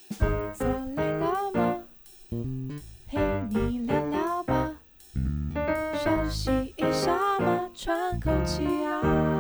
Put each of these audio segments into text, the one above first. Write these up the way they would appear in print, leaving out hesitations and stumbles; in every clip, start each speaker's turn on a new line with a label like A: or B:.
A: 坐累了吗？陪你聊聊吧，休息一下嘛，喘口气啊。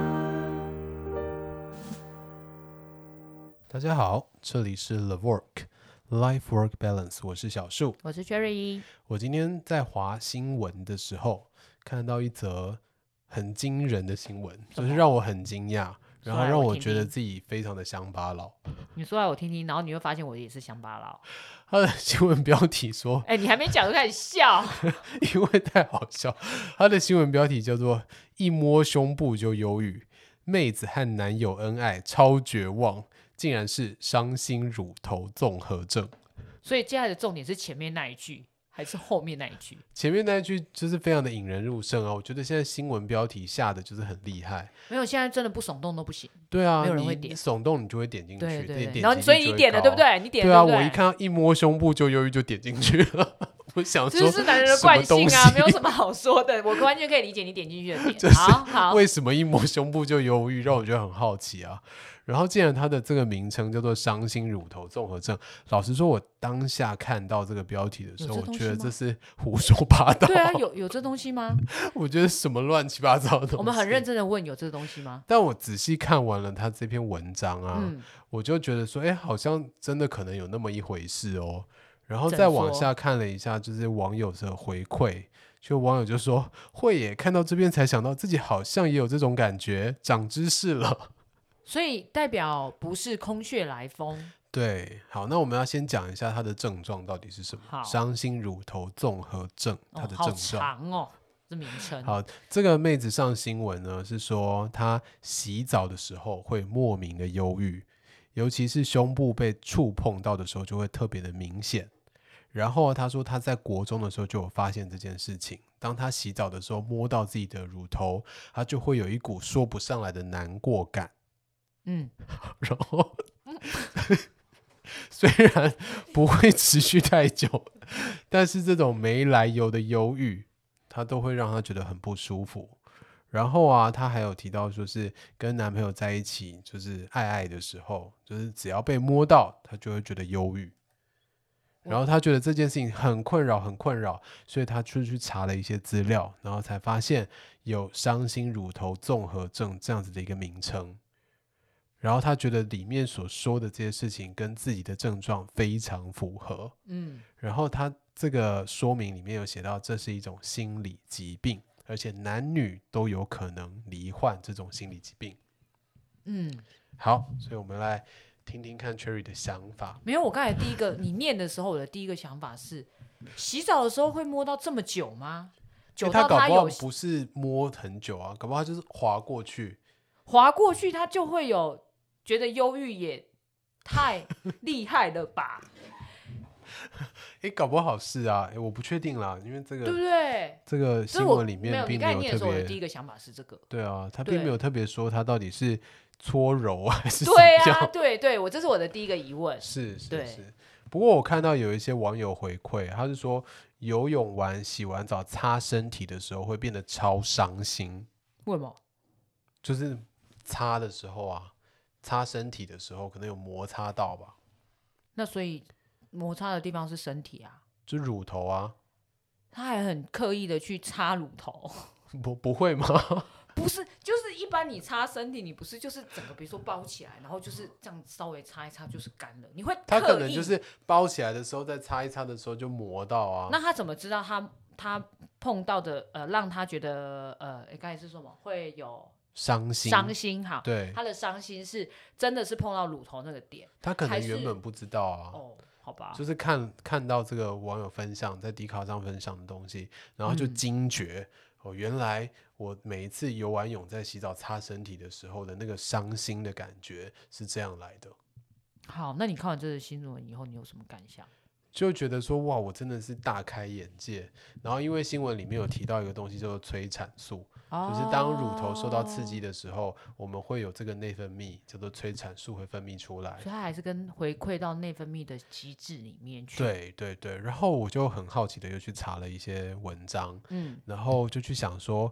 B: 大家好，这里是 The Work Life Work Balance， 我是小树。
A: 我是 Cherry。
B: 我今天在滑新闻的时候，看到一则很惊人的新闻，就是让我很惊讶，然后让我觉得自己非常的乡巴佬。
A: 你说来我听听，然后你会发现我也是乡巴佬。
B: 他的新闻标题说，
A: 你还没讲就开始笑。
B: 因为太好笑。他的新闻标题叫做“一摸胸部就忧郁，妹子和男友恩爱超绝望，竟然是伤心乳头综合症”。
A: 所以接下来的重点是前面那一句还是后面那一句？
B: 前面那一句就是非常的引人入胜啊！我觉得现在新闻标题下的就是很厉害。
A: 没有，现在真的不耸动都不行。
B: 对啊，
A: 没有人会点，
B: 你耸动你就会点进去，
A: 对对
B: 对，
A: 然后所以你点了对不对？你点了对不对？
B: 对啊，我一看到一摸胸部就忧郁就点进去了。我想说，
A: 这是男人的惯性啊，没有什么好说的。我完全可以理解你点进去的点。好，
B: 为什么一摸胸部就忧郁，让我觉得很好奇啊。然后既然它的这个名称叫做伤心乳头综合症，老实说我当下看到这个标题的时候，我觉得这是胡说八道。
A: 对啊，有这东西吗？
B: 我觉得什么乱七八糟的东西。
A: 我们很认真的问，有这东西吗？
B: 但我仔细看完了他这篇文章啊，我就觉得说，好像真的可能有那么一回事哦。然后再往下看了一下，就是网友的回馈，就网友就说会耶，看到这边才想到自己好像也有这种感觉，长知识了。
A: 所以代表不是空穴来风。
B: 对，好，那我们要先讲一下它的症状到底是什么。伤心乳头综合症，它的症状、
A: 好长哦，这名称。
B: 好，这个妹子上新闻呢，是说她洗澡的时候会莫名的忧郁，尤其是胸部被触碰到的时候就会特别的明显。然后她说她在国中的时候就有发现这件事情，当她洗澡的时候摸到自己的乳头，她就会有一股说不上来的难过感。然后虽然不会持续太久，但是这种没来由的忧郁，它都会让她觉得很不舒服。然后啊，她还有提到说是跟男朋友在一起，就是爱爱的时候，就是只要被摸到，她就会觉得忧郁。然后她觉得这件事情很困扰，很困扰，所以她就去查了一些资料，然后才发现有伤心乳头综合症这样子的一个名称。然后他觉得里面所说的这些事情跟自己的症状非常符合，然后他这个说明里面有写到，这是一种心理疾病，而且男女都有可能罹患这种心理疾病。好，所以我们来听听看 Cherry 的想法。
A: 没有，我刚才第一个你念的时候，我的第一个想法是，洗澡的时候会摸到这么久吗？久到
B: 他搞不好不是摸很久啊，搞不好他就是滑过去，
A: 他就会有。觉得忧郁也太厉害了吧？
B: 搞不好是啊，我不确定啦，因为这个
A: 对不对？
B: 这个新闻里面并没有特别。
A: 我的第一个想法是这个。
B: 对啊，他并没有特别说他到底是搓揉还是
A: 对啊，对，这是我的第一个疑问。
B: 是。不过我看到有一些网友回馈，他是说游泳完、洗完澡、擦身体的时候会变得超伤心。
A: 为什么？
B: 就是擦的时候啊。擦身体的时候可能有摩擦到吧，
A: 那所以摩擦的地方是身体啊，
B: 就乳头啊。
A: 他还很刻意的去擦乳头，
B: 不会吗？
A: 不是，就是一般你擦身体，你不是就是整个比如说包起来，然后就是这样稍微擦一擦就是干了，你会
B: 他可能就是包起来的时候再擦一擦的时候就磨到啊。
A: 那他怎么知道他碰到的让他觉得刚才是说什么会有伤心？好，
B: 对，
A: 他的伤心是真的是碰到乳头那个点，
B: 他可能原本不知道啊。
A: 好吧，
B: 就是看到这个网友分享在迪卡上分享的东西，然后就惊觉，原来我每一次游完泳在洗澡擦身体的时候的那个伤心的感觉是这样来的。
A: 好，那你看完这个新闻以后，你有什么感想？
B: 就觉得说哇，我真的是大开眼界。然后因为新闻里面有提到一个东西叫做催产素，就是当乳头受到刺激的时候，我们会有这个内分泌叫做催产素会分泌出来，
A: 所以它还是跟回馈到内分泌的机制里面去。
B: 对。然后我就很好奇的又去查了一些文章，然后就去想说，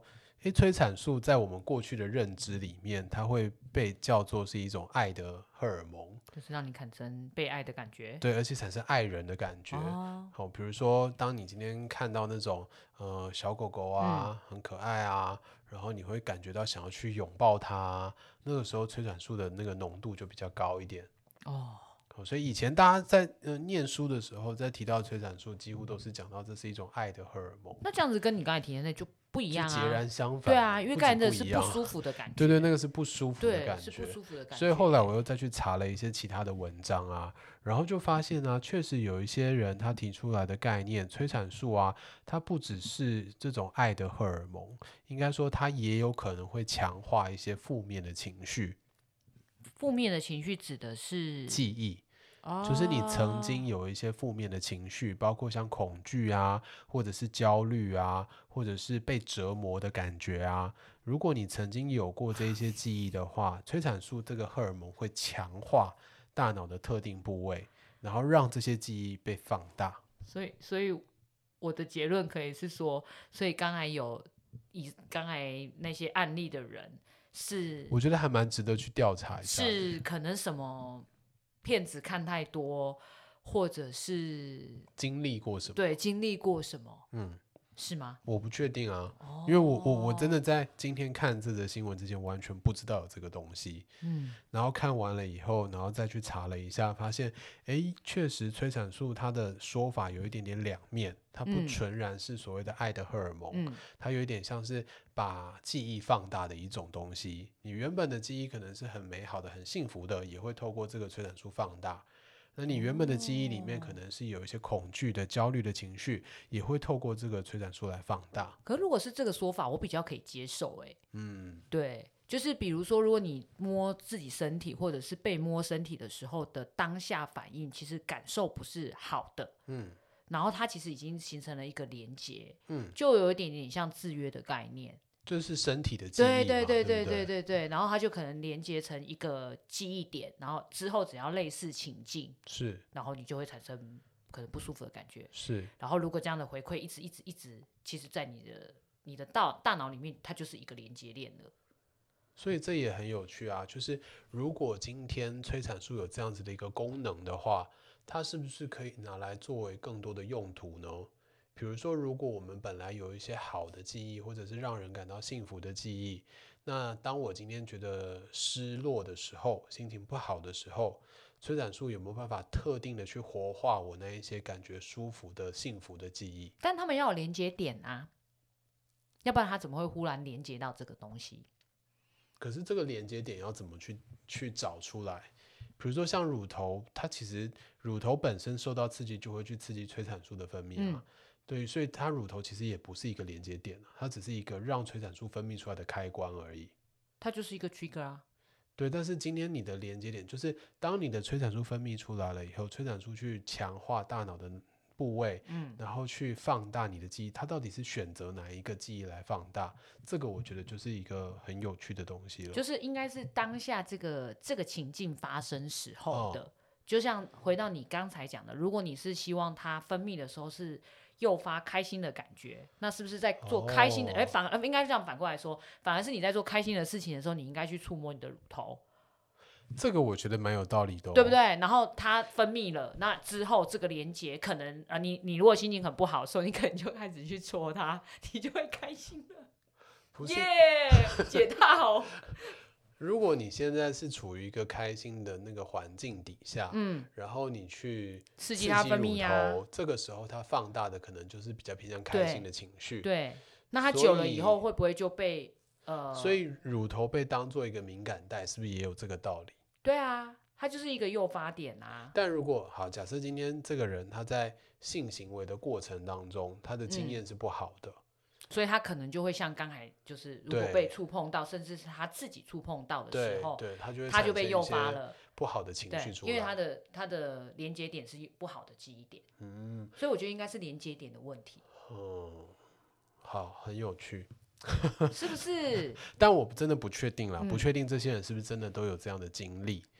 B: 催产素在我们过去的认知里面，它会被叫做是一种爱的荷尔蒙，
C: 就是让你产生被爱的感觉。
B: 对，而且产生爱人的感觉。好，比如说，当你今天看到那种小狗狗啊，很可爱啊，然后你会感觉到想要去拥抱它，那个时候催产素的那个浓度就比较高一点。所以以前大家在念书的时候，在提到催产素，几乎都是讲到这是一种爱的荷尔蒙。
C: 那这样子跟你刚才提的那就不一样啊，
B: 就截然相反。
C: 对啊，因为刚才那是
B: 不
C: 不舒服的感觉。
B: 对对，那个是不舒服的感觉，
C: 是不舒服的感觉。
B: 所以后来我又再去查了一些其他的文章啊，然后就发现啊，确实有一些人他提出来的概念，催产素啊，它不只是这种爱的荷尔蒙，应该说它也有可能会强化一些负面的情绪。
C: 负面的情绪指的是
B: 记忆。就是你曾经有一些负面的情绪，包括像恐惧啊，或者是焦虑啊，或者是被折磨的感觉啊。如果你曾经有过这些记忆的话，催产素这个荷尔蒙会强化大脑的特定部位，然后让这些记忆被放大。
C: 所以我的结论可以是说，所以刚才那些案例的人是，
B: 我觉得还蛮值得去调查一下。
C: 是可能什么骗子看太多，或者是
B: 经历过什么？
C: 对，经历过什么？是吗？
B: 我不确定啊，因为我真的在今天看这则新闻之前完全不知道有这个东西。然后看完了以后，然后再去查了一下，发现确实催产素它的说法有一点点两面，它不纯然是所谓的爱的荷尔蒙，它有一点像是把记忆放大的一种东西。你原本的记忆可能是很美好的、很幸福的，也会透过这个催产素放大。那你原本的记忆里面可能是有一些恐惧的、焦虑的情绪，也会透过这个催产素来放大。
C: 可如果是这个说法，我比较可以接受。对，就是比如说，如果你摸自己身体，或者是被摸身体的时候的当下反应，其实感受不是好的。然后它其实已经形成了一个连结，就有一点点像制约的概念。
B: 就是身体的记忆嘛，
C: 对，然后它就可能连接成一个记忆点，然后之后只要类似情境，
B: 是，
C: 然后你就会产生可能不舒服的感觉，
B: 是。
C: 然后如果这样的回馈一直，其实在你的大脑里面，它就是一个连接链了。
B: 所以这也很有趣啊，就是如果今天催产素有这样子的一个功能的话，它是不是可以拿来作为更多的用途呢？比如说，如果我们本来有一些好的记忆，或者是让人感到幸福的记忆，那当我今天觉得失落的时候，心情不好的时候，催产素有没有办法特定的去活化我那一些感觉舒服的幸福的记忆？
C: 但他们要有连接点啊，要不然他怎么会忽然连接到这个东西？
B: 可是这个连接点要怎么去找出来？比如说像乳头，它其实乳头本身受到刺激就会去刺激催产素的分泌啊。对，所以它乳头其实也不是一个连接点，它只是一个让催产素分泌出来的开关而已。
C: 它就是一个 trigger 啊。
B: 对，但是今天你的连接点就是当你的催产素分泌出来了以后，催产素去强化大脑的部位，然后去放大你的记忆，它到底是选择哪一个记忆来放大？这个我觉得就是一个很有趣的东西了。
C: 就是应该是当下这个情境发生时候的，就像回到你刚才讲的，如果你是希望它分泌的时候是诱发开心的感觉，那是不是在做开心的？反而应该这样反过来说，反而是你在做开心的事情的时候，你应该去触摸你的乳头。
B: 这个我觉得蛮有道理的，
C: 对不对？然后它分泌了，那之后这个连接可能你如果心情很不好的时候，你可能就开始去戳它，你就会开心了。耶，解套。
B: 如果你现在是处于一个开心的那个环境底下，然后你去
C: 刺激它分泌啊，
B: 这个时候它放大的可能就是比较偏向开心的情绪。
C: 对，那它久了以后会不会就被
B: 所以乳头被当做一个敏感带，是不是也有这个道理？
C: 对啊，它就是一个诱发点啊。
B: 但如果好，假设今天这个人他在性行为的过程当中，他的经验是不好的。
C: 所以他可能就会像刚才就是如果被触碰到，甚至是他自己触碰到的时候，
B: 对，
C: 他就被诱发了
B: 不好的情绪出来，
C: 因为他的连接点是不好的记忆点，所以我觉得应该是连接点的问题。
B: 好，很有趣，
C: 是不是？
B: 但我真的不确定啦，不确定这些人是不是真的都有这样的经历。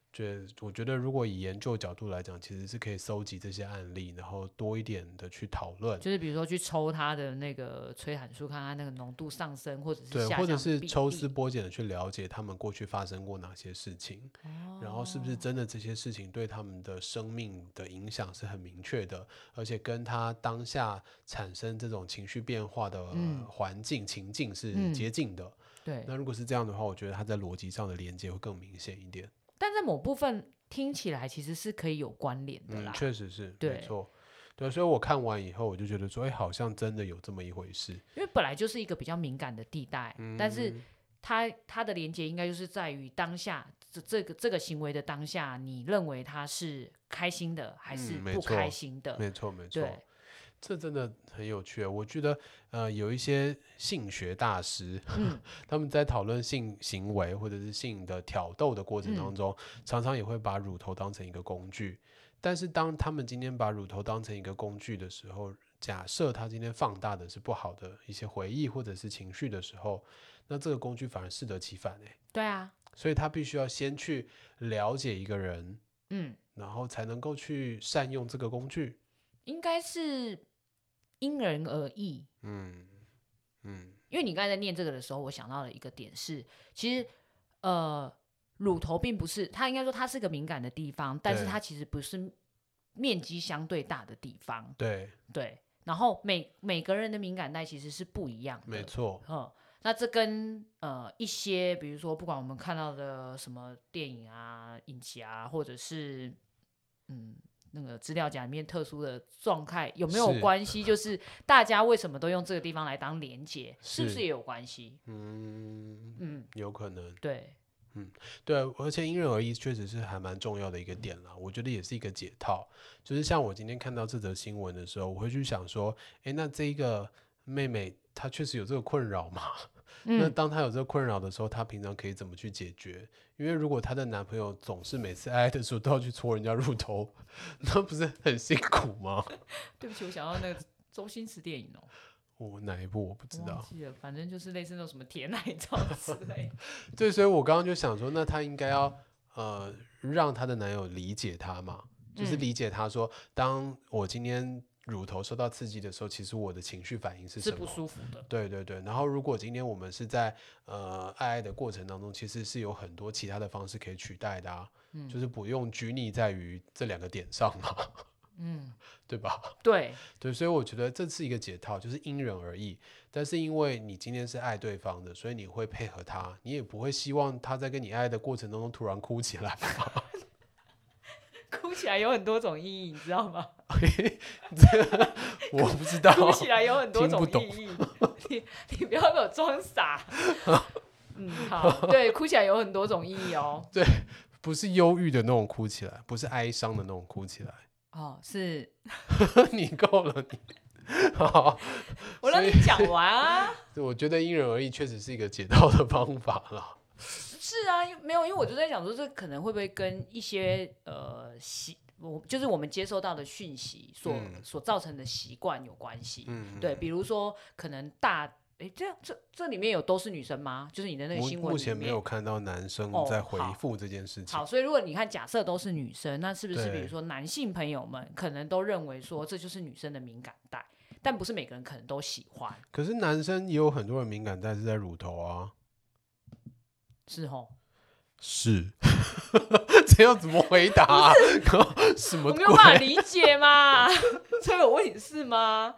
B: 我觉得如果以研究角度来讲，其实是可以搜集这些案例，然后多一点的去讨论，
C: 就是比如说去抽它的那个催产素，看它那个浓度上升或者是
B: 对，
C: 下降
B: 或者是
C: 比
B: 抽丝
C: 例
B: 剥茧的去了解他们过去发生过哪些事情，然后是不是真的这些事情对他们的生命的影响是很明确的，而且跟他当下产生这种情绪变化的环境、情境是接近的。
C: 对，
B: 那如果是这样的话，我觉得它在逻辑上的连接会更明显一点。
C: 但在某部分听起来其实是可以有关联的啦。
B: 确实是，
C: 对
B: 没错。对，所以我看完以后，我就觉得说，好像真的有这么一回事。
C: 因为本来就是一个比较敏感的地带，但是它的连接应该就是在于当下这个行为的当下，你认为它是开心的还是不开心的？
B: 没错，没错。
C: 对，
B: 这真的很有趣。我觉得有一些性学大师，他们在讨论性行为或者是性的挑逗的过程当中，常常也会把乳头当成一个工具。但是当他们今天把乳头当成一个工具的时候，假设他今天放大的是不好的一些回忆或者是情绪的时候，那这个工具反而适得其反。
C: 对啊，
B: 所以他必须要先去了解一个人，然后才能够去善用这个工具。
C: 应该是因人而异。因为你刚才在念这个的时候，我想到了一个点是，其实乳头并不是，它应该说它是个敏感的地方，但是它其实不是面积相对大的地方。
B: 对，
C: 然后每个人的敏感带其实是不一样的，
B: 没错。
C: 那这跟一些比如说不管我们看到的什么电影啊、影集啊，或者是那个资料夹里面特殊的状态有没有关系？就是大家为什么都用这个地方来当连结，是不是也有关系？
B: 有可能。
C: 对，
B: 对，而且因人而异，确实是还蛮重要的一个点啦。我觉得也是一个解套。就是像我今天看到这则新闻的时候，我会去想说，那这一个妹妹她确实有这个困扰嘛？那当她有这个困扰的时候，她平常可以怎么去解决？因为如果她的男朋友总是每次爱的时候都要去戳人家乳头，那不是很辛苦吗？
C: 对不起，我想到那个周星驰电影
B: 哪一部我不知道，
C: 忘记了，反正就是类似那种什么铁奶罩之类的。
B: 对，所以我刚刚就想说，那她应该要让她的男友理解她嘛，就是理解她说，当我今天乳头受到刺激的时候，其实我的情绪反应是什么？
C: 是不舒服的。
B: 对对对。然后如果今天我们是在爱的过程当中，其实是有很多其他的方式可以取代的啊，就是不用拘泥在于这两个点上嘛。对吧？
C: 对，
B: 所以我觉得这是一个解套，就是因人而异。但是因为你今天是爱对方的，所以你会配合他，你也不会希望他在跟你爱的过程当中突然哭起来嘛。
C: 哭起来有很多种意义，你知道吗？
B: 这个我不知道，
C: 哭起来有很多种意义。你不要给我装傻。好，对，哭起来有很多种意义哦。
B: 对，不是忧郁的那种哭起来，不是哀伤的那种哭起来。
C: 是。
B: 你够了，你。好，
C: 我让你讲完啊。
B: 我觉得因人而异确实是一个解套的方法啦。
C: 是啊，没有，因为我就在想说，这可能会不会跟一些就是我们接收到的讯息所造成的习惯有关系。对，比如说可能这里面都是女生吗？就是你的那个新闻里面
B: 目前没有看到男生在回复这件事情。
C: 好，所以如果你看假设都是女生，那是不是比如说男性朋友们可能都认为说这就是女生的敏感带，但不是每个人可能都喜欢。
B: 可是男生也有很多人敏感带是在乳头啊。
C: 是吼。
B: 是。这要怎么回答啊？什么鬼？
C: 我没有办法理解嘛。这有问题是吗？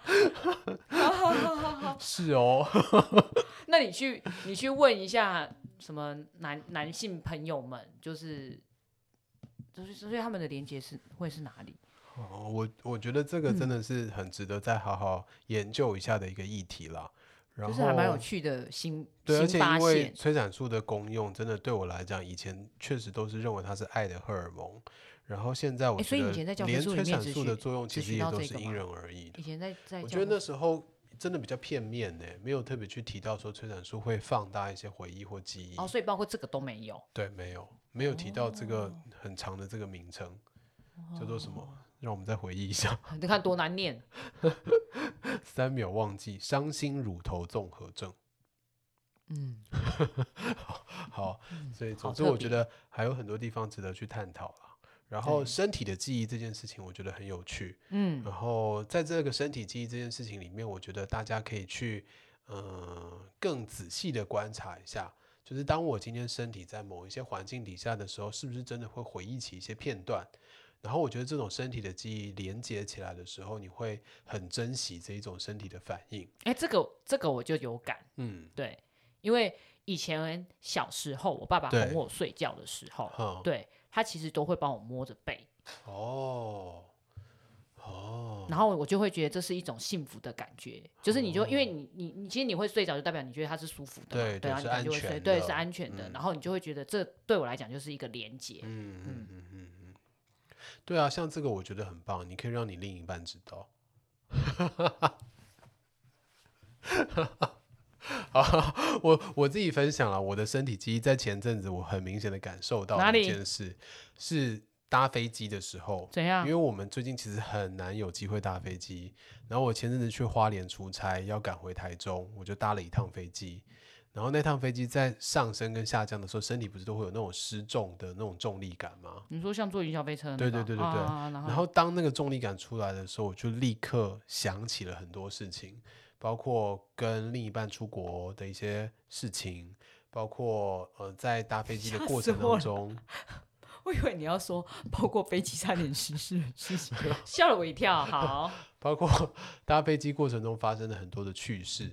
B: 是哦。
C: 那你去问一下什么男性朋友们，就是所以他们的连结会是哪里？
B: 我觉得这个真的是很值得再好好研究一下的一个议题啦。
C: 就是还蛮有趣的
B: 对，而且因
C: 为
B: 为催产素的功用，真的对我来讲，以前确实都是认为它是爱的荷尔蒙，然后现在我觉得连催产素的作用其实也都是因人而异的。
C: 以前在
B: 我觉得那时候真的比较片面呢，没有特别去提到说催产素会放大一些回忆或记忆。
C: 所以包括这个都没有。
B: 对，没有提到这个很长的这个名称，叫做什么？让我们再回忆一下。
C: 你看多难念。
B: 3秒忘记，伤心乳头综合症。 好，所以总之
C: 好特别
B: 我觉得还有很多地方值得去探讨啦。然后
C: 对
B: 身体的记忆这件事情，我觉得很有趣。
C: 嗯，
B: 然后在这个身体记忆这件事情里面，我觉得大家可以去更仔细的观察一下，就是当我今天身体在某一些环境底下的时候，是不是真的会回忆起一些片段？然后我觉得这种身体的记忆连接起来的时候，你会很珍惜这一种身体的反应。
C: 哎，这个我就有感，对，因为以前小时候我爸爸
B: 对
C: 哄我睡觉的时候，
B: 嗯
C: 对他其实都会帮我摸着背，
B: 哦，
C: 然后我就会觉得这是一种幸福的感觉，就是你就因为你其实你会睡着，就代表你觉得它是舒服的嘛，
B: 对
C: 对啊，
B: 是
C: 你可能就会睡，
B: 安全的
C: 对，是安全的，然后你就会觉得这对我来讲就是一个连结，
B: 对啊，像这个我觉得很棒，你可以让你另一半知道。好，我自己分享了我的身体记忆，在前阵子我很明显的感受到的一
C: 哪里
B: 件事是搭飞机的时候，
C: 怎样
B: 因为我们最近其实很难有机会搭飞机，然后我前阵子去花莲出差，要赶回台中，我就搭了一趟飞机。然后那趟飞机在上升跟下降的时候，身体不是都会有那种失重的那种重力感吗？
C: 你说像坐云霄飞车那
B: 对
C: 个
B: 对对对对。
C: 然
B: 然后当那个重力感出来的时候，我就立刻想起了很多事情，包括跟另一半出国的一些事情，包括在搭飞机的过程当中，
C: 我以为你要说包括飞机差点失事的事情，吓了我一跳。好，
B: 包括搭飞机过程中发生的很多的趣事。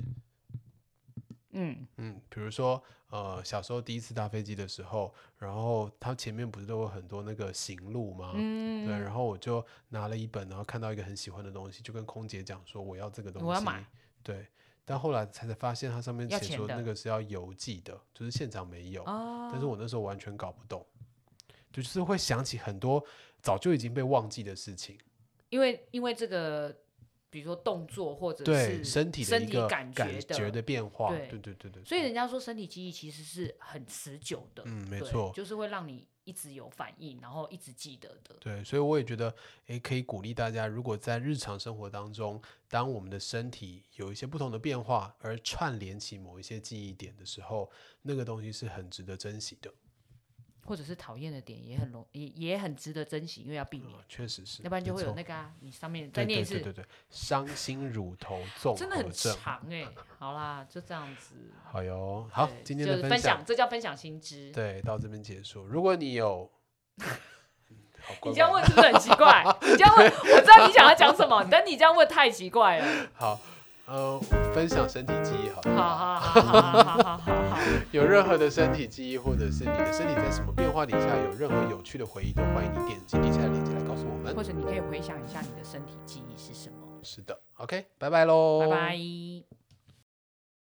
B: 比如说小时候第一次搭飞机的时候，然后它前面不是都有很多那个行路吗？对，然后我就拿了一本，然后看到一个很喜欢的东西，就跟空姐讲说我要这个东西，
C: 我要买。
B: 对，但后来才发现它上面写说
C: 要钱的
B: 那个是要邮寄的，就是现场没有。但是我那时候完全搞不懂，就是会想起很多早就已经被忘记的事情。
C: 因为这个，比如说动作或者
B: 对
C: 是
B: 身体的一个
C: 感
B: 觉的变化，
C: 对
B: 对对对对，
C: 所以人家说身体记忆其实是很持久的，对
B: 没错，
C: 就是会让你一直有反应，然后一直记得的。
B: 对，所以我也觉得，可以鼓励大家，如果在日常生活当中，当我们的身体有一些不同的变化，而串联起某一些记忆点的时候，那个东西是很值得珍惜的。
C: 或者是讨厌的点也很值得珍惜，因为要避免，
B: 确实是，
C: 要不然就会有那
B: 个
C: 个你上面再念一次，
B: 对对对对，伤心乳头综合症，
C: 真的很长好啦，就这样子。
B: 好哟，好，今天的
C: 就是
B: 分享，
C: 这叫分享新知。
B: 对，到这边结束。如果你有，
C: 你这样问是不是很奇怪？你这样问，我知道你想要讲什么，但你这样问太奇怪了。
B: 好，分享身体记忆好了。
C: 好，
B: 有任何的身体记忆，或者是你的身体在什么变化底下有任何有趣的回忆，都欢迎你点击底下的链接来告诉我们。
C: 或者你可以回想一下你的身体记忆是什么。
B: 是的 ，OK，拜拜喽，
C: 拜拜。